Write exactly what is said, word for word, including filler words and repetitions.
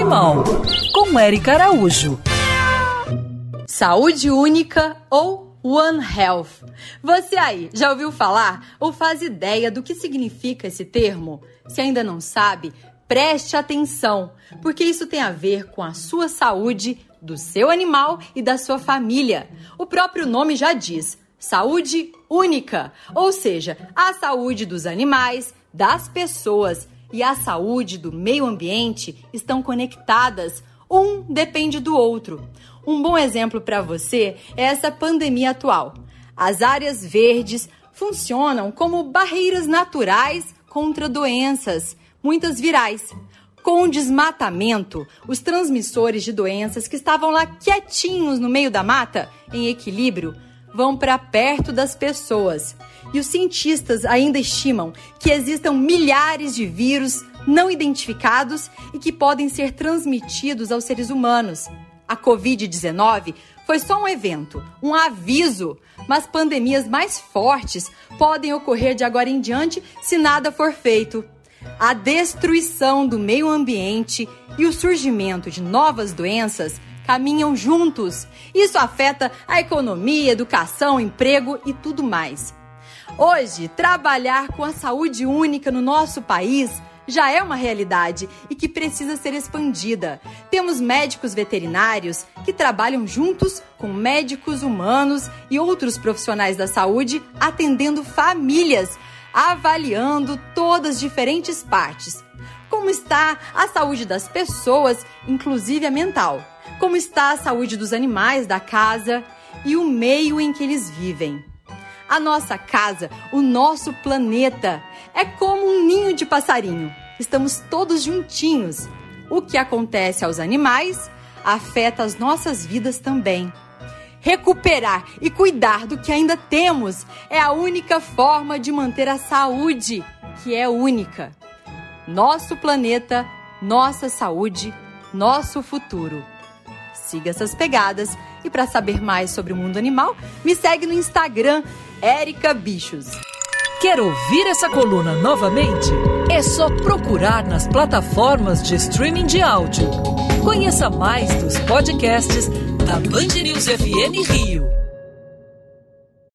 Animal, com Érica Araújo. Saúde única ou One Health. Você aí, já ouviu falar ou faz ideia do que significa esse termo? Se ainda não sabe, preste atenção, porque isso tem a ver com a sua saúde, do seu animal e da sua família. O próprio nome já diz, saúde única, ou seja, a saúde dos animais, das pessoas e a saúde do meio ambiente estão conectadas, um depende do outro. Um bom exemplo para você é essa pandemia atual. As áreas verdes funcionam como barreiras naturais contra doenças, muitas virais. Com o desmatamento, os transmissores de doenças que estavam lá quietinhos no meio da mata, em equilíbrio, vão para perto das pessoas. E os cientistas ainda estimam que existam milhares de vírus não identificados e que podem ser transmitidos aos seres humanos. A covid dezenove foi só um evento, um aviso, mas pandemias mais fortes podem ocorrer de agora em diante se nada for feito. A destruição do meio ambiente e o surgimento de novas doenças caminham juntos. Isso afeta a economia, educação, emprego e tudo mais. Hoje, trabalhar com a saúde única no nosso país já é uma realidade e que precisa ser expandida. Temos médicos veterinários que trabalham juntos com médicos humanos e outros profissionais da saúde, atendendo famílias, avaliando todas as diferentes partes. Como está a saúde das pessoas, inclusive a mental? Como está a saúde dos animais da casa e o meio em que eles vivem? A nossa casa, o nosso planeta, é como um ninho de passarinho. Estamos todos juntinhos. O que acontece aos animais afeta as nossas vidas também. Recuperar e cuidar do que ainda temos é a única forma de manter a saúde, que é única. Nosso planeta, nossa saúde, nosso futuro. Siga essas pegadas e para saber mais sobre o mundo animal, me segue no Instagram, Érica Bichos. Quer ouvir essa coluna novamente? É só procurar nas plataformas de streaming de áudio. Conheça mais dos podcasts da Band News F M Rio.